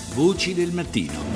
Voci del mattino.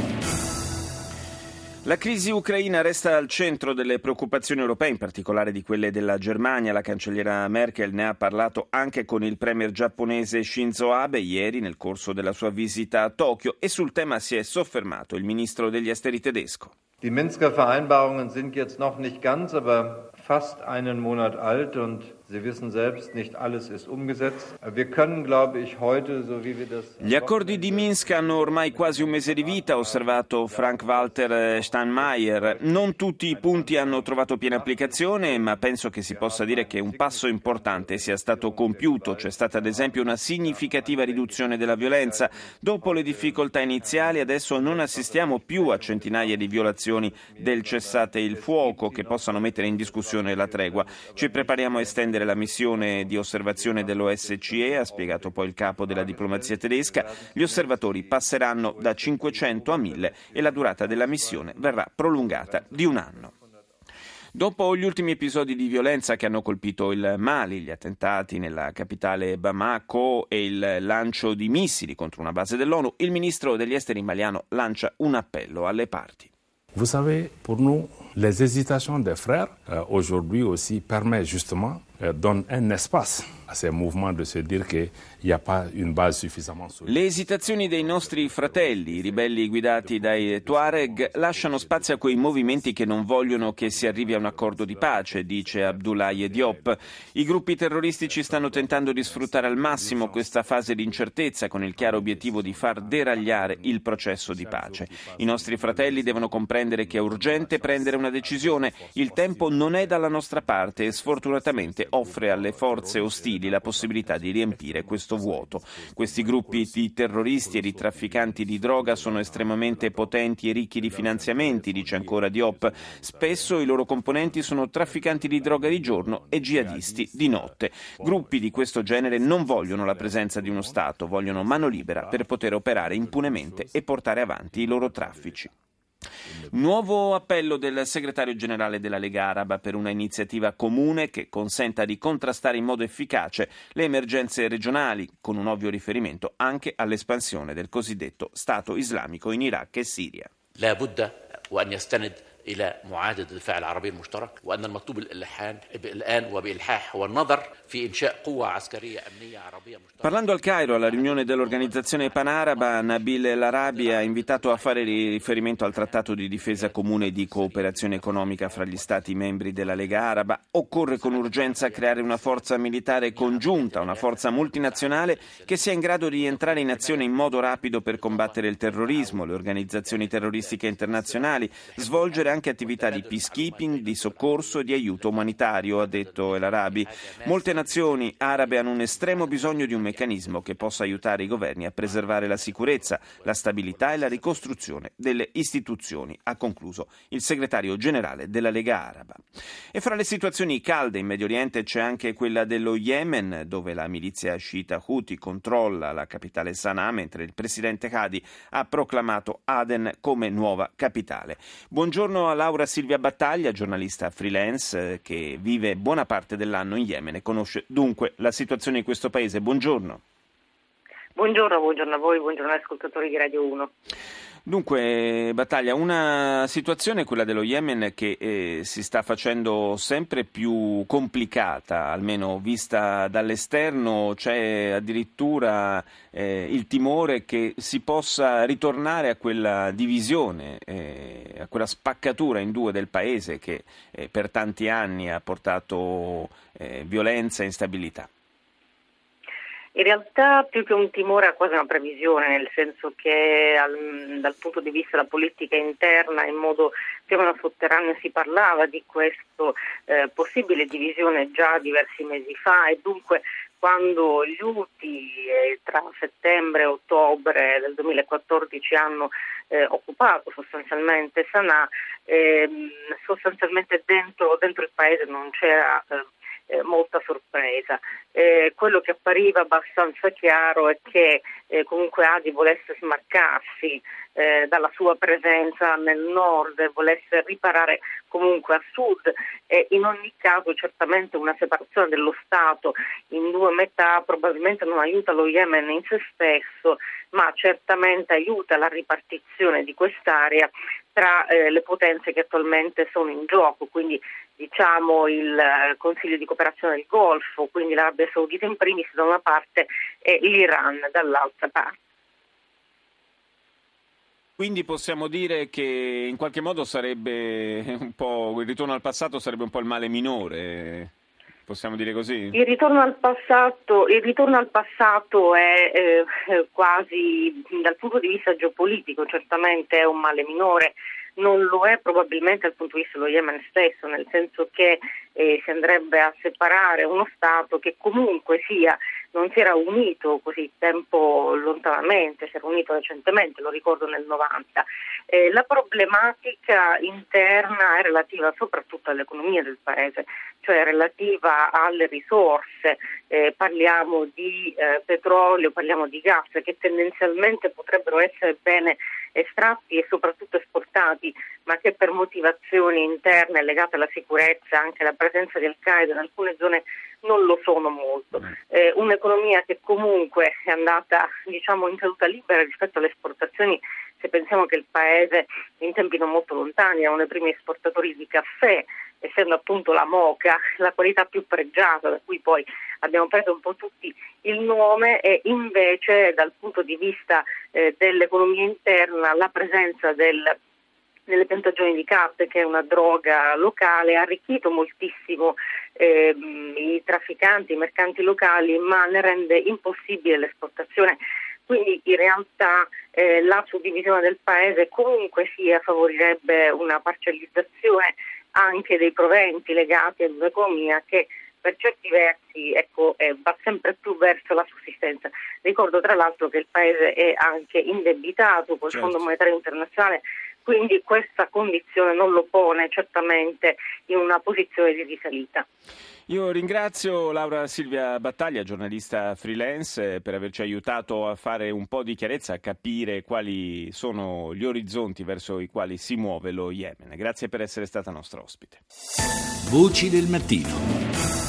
La crisi ucraina resta al centro delle preoccupazioni europee, in particolare di quelle della Germania. La cancelliera Merkel ne ha parlato anche con il premier giapponese Shinzo Abe ieri nel corso della sua visita a Tokyo, e sul tema si è soffermato il ministro degli esteri tedesco. Die Minsker Vereinbarungen sind jetzt noch nicht ganz, aber fast einen Monat alt und Sie wissen selbst, nicht alles ist umgesetzt. Wir können, glaube ich, heute, so wie wir das... Gli accordi di Minsk hanno ormai quasi un mese di vita, ha osservato Frank-Walter Steinmeier. Non tutti i punti hanno trovato piena applicazione, ma penso che si possa dire che un passo importante sia stato compiuto. C'è stata ad esempio una significativa riduzione della violenza. Dopo le difficoltà iniziali, adesso non assistiamo più a centinaia di violazioni del cessate il fuoco che possano mettere in discussione la tregua. Ci prepariamo a estendere la missione di osservazione dell'OSCE, ha spiegato poi il capo della diplomazia tedesca. Gli osservatori passeranno da 500 a 1000 e la durata della missione verrà prolungata di un anno. Dopo gli ultimi episodi di violenza che hanno colpito il Mali, gli attentati nella capitale Bamako e il lancio di missili contro una base dell'ONU, il ministro degli esteri maliano lancia un appello alle parti. Vous savez, pour nous, les hésitations des frères aujourd'hui aussi permettent justement, donnent un espace a ces mouvements de se dire qu'il n'y a pas une base suffisamment solide. Le esitazioni dei nostri fratelli, i ribelli guidati dai Tuareg, lasciano spazio a quei movimenti che non vogliono che si arrivi a un accordo di pace, dice Abdoulaye Diop. I gruppi terroristici stanno tentando di sfruttare al massimo questa fase di incertezza con il chiaro obiettivo di far deragliare il processo di pace. I nostri fratelli devono comprendere che è urgente prendere una decisione. Il tempo non è dalla nostra parte e sfortunatamente offre alle forze ostili la possibilità di riempire questo vuoto. Questi gruppi di terroristi e di trafficanti di droga sono estremamente potenti e ricchi di finanziamenti, dice ancora Diop. Spesso i loro componenti sono trafficanti di droga di giorno e jihadisti di notte. Gruppi di questo genere non vogliono la presenza di uno Stato, vogliono mano libera per poter operare impunemente e portare avanti i loro traffici. Nuovo appello del segretario generale della Lega Araba per una iniziativa comune che consenta di contrastare in modo efficace le emergenze regionali, con un ovvio riferimento anche all'espansione del cosiddetto Stato islamico in Iraq e Siria. لا بد وأن يستند إلى معاهدة الدفاع العربي المشترك وأن المطلوب الآن وبإلحاح هو النظر في إنشاء قوة عسكرية أمنية عربية مشتركة. Parlando al Cairo alla riunione dell'organizzazione panaraba, Nabil El Arabi ha invitato a fare riferimento al trattato di difesa comune e di cooperazione economica fra gli stati membri della Lega Araba. Occorre con urgenza creare una forza militare congiunta, una forza multinazionale che sia in grado di entrare in azione in modo rapido per combattere il terrorismo, le organizzazioni terroristiche internazionali, svolgere anche attività di peacekeeping, di soccorso e di aiuto umanitario, ha detto El Arabi. Molte nazioni arabe hanno un estremo bisogno di un meccanismo che possa aiutare i governi a preservare la sicurezza, la stabilità e la ricostruzione delle istituzioni, ha concluso il segretario generale della Lega Araba. E fra le situazioni calde in Medio Oriente c'è anche quella dello Yemen, dove la milizia sciita Houthi controlla la capitale Sana'a, mentre il presidente Hadi ha proclamato Aden come nuova capitale. Buongiorno a Laura Silvia Battaglia, giornalista freelance che vive buona parte dell'anno in Yemen e conosce dunque la situazione in questo paese. Buongiorno. Buongiorno a voi, buongiorno agli ascoltatori di Radio 1. Dunque, Battaglia, una situazione, quella dello Yemen, che si sta facendo sempre più complicata, almeno vista dall'esterno. C'è addirittura il timore che si possa ritornare a quella divisione, a quella spaccatura in due del paese che per tanti anni ha portato violenza e instabilità. In realtà più che un timore è quasi una previsione, nel senso che dal punto di vista della politica interna in modo più o meno sotterraneo si parlava di questa possibile divisione già diversi mesi fa, e dunque quando gli Houthi tra settembre e ottobre del 2014 hanno occupato sostanzialmente Sana'a, sostanzialmente dentro il paese non c'era molta sorpresa. Quello che appariva abbastanza chiaro è che comunque Hadi volesse smarcarsi dalla sua presenza nel nord, volesse riparare comunque a sud, e in ogni caso certamente una separazione dello Stato in due metà probabilmente non aiuta lo Yemen in se stesso, ma certamente aiuta la ripartizione di quest'area tra le potenze che attualmente sono in gioco, quindi diciamo il Consiglio di cooperazione del Golfo, quindi l'Arabia Saudita in primis da una parte e l'Iran dall'altra parte. Quindi possiamo dire che in qualche modo sarebbe un po' il ritorno al passato, sarebbe un po' il male minore, possiamo dire così? Il ritorno al passato è quasi dal punto di vista geopolitico certamente è un male minore. Non lo è probabilmente dal punto di vista dello Yemen stesso, nel senso che si andrebbe a separare uno Stato che comunque sia non si era unito così tempo lontanamente, si era unito recentemente, lo ricordo nel 90. La problematica interna è relativa soprattutto all'economia del paese, cioè relativa alle risorse, parliamo di petrolio, parliamo di gas che tendenzialmente potrebbero essere bene estratti e soprattutto esportati, ma che per motivazioni interne legate alla sicurezza, anche alla presenza di Al-Qaeda in alcune zone non lo sono molto. Un'economia che comunque è andata diciamo in caduta libera rispetto alle esportazioni, se pensiamo che il paese in tempi non molto lontani era uno dei primi esportatori di caffè, essendo appunto la moka la qualità più pregiata, da cui poi abbiamo preso un po' tutti il nome, e invece dal punto di vista dell'economia interna la presenza nelle piantagioni di caffe, che è una droga locale, ha arricchito moltissimo i trafficanti, i mercanti locali, ma ne rende impossibile l'esportazione. Quindi in realtà la suddivisione del paese comunque sia favorirebbe una parcellizzazione anche dei proventi legati ad un'economia che per certi versi va sempre più verso la sussistenza. Ricordo tra l'altro che il paese è anche indebitato col Fondo Monetario Internazionale, quindi questa condizione non lo pone certamente in una posizione di risalita. Io ringrazio Laura Silvia Battaglia, giornalista freelance, per averci aiutato a fare un po' di chiarezza, a capire quali sono gli orizzonti verso i quali si muove lo Yemen. Grazie per essere stata nostra ospite. Voci del mattino.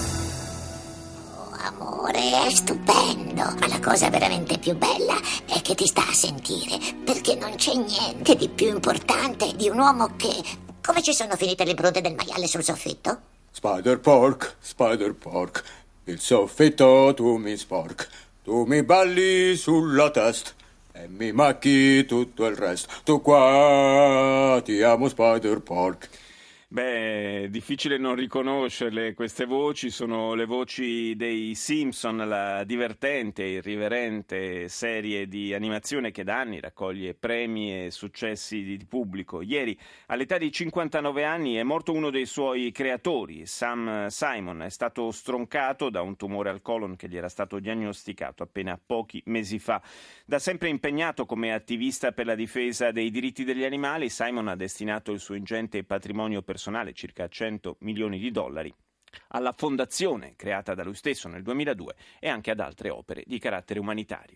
Amore, è stupendo, ma la cosa veramente più bella è che ti sta a sentire, perché non c'è niente di più importante di un uomo che... Come ci sono finite le impronte del maiale sul soffitto? Spider Pork, il soffitto tu mi sporc, tu mi balli sulla testa e mi macchi tutto il resto, tu qua ti amo Spider Pork. Beh, difficile non riconoscerle queste voci, sono le voci dei Simpson, la divertente e irriverente serie di animazione che da anni raccoglie premi e successi di pubblico. Ieri, all'età di 59 anni, è morto uno dei suoi creatori, Sam Simon. È stato stroncato da un tumore al colon che gli era stato diagnosticato appena pochi mesi fa. Da sempre impegnato come attivista per la difesa dei diritti degli animali, Simon ha destinato il suo ingente patrimonio personale, circa $100 milioni, alla fondazione creata da lui stesso nel 2002 e anche ad altre opere di carattere umanitario.